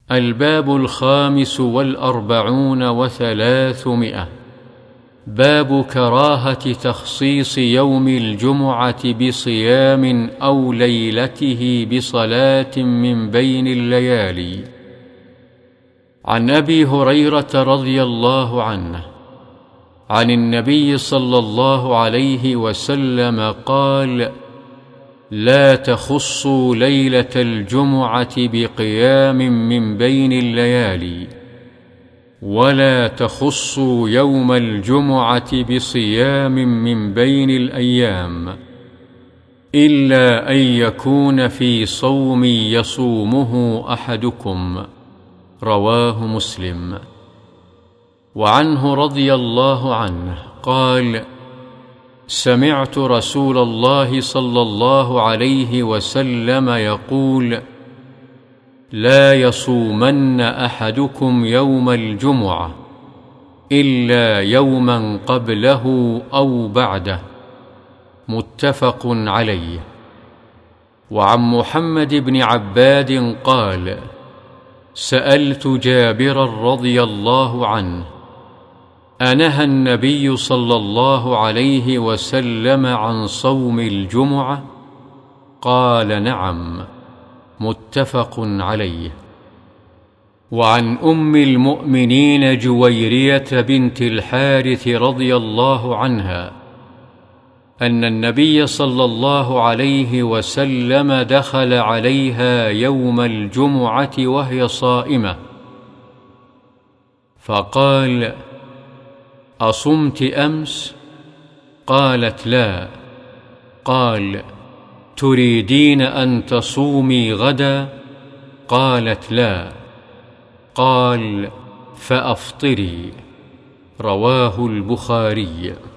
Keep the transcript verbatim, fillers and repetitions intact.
الباب الخامس والأربعون وثلاثمائة. باب كراهة تخصيص يوم الجمعة بصيام أو ليلته بصلاة من بين الليالي. عن أبي هريرة رضي الله عنه عن النبي صلى الله عليه وسلم قال: لا تخصوا ليلة الجمعة بقيام من بين الليالي، ولا تخصوا يوم الجمعة بصيام من بين الأيام، إلا أن يكون في صوم يصومه أحدكم. رواه مسلم. وعنه رضي الله عنه قال: سمعت رسول الله صلى الله عليه وسلم يقول: لا يصومن أحدكم يوم الجمعة إلا يوما قبله أو بعده. متفق عليه. وعن محمد بن عباد قال: سألت جابرا رضي الله عنه: أنهى النبي صلى الله عليه وسلم عن صوم الجمعة؟ قال: نعم. متفق عليه. وعن أم المؤمنين جويرية بنت الحارث رضي الله عنها أن النبي صلى الله عليه وسلم دخل عليها يوم الجمعة وهي صائمة، فقال: أصمت أمس؟ قالت: لا. قال: تريدين أن تصومي غدا؟ قالت: لا. قال: فأفطري. رواه البخاري.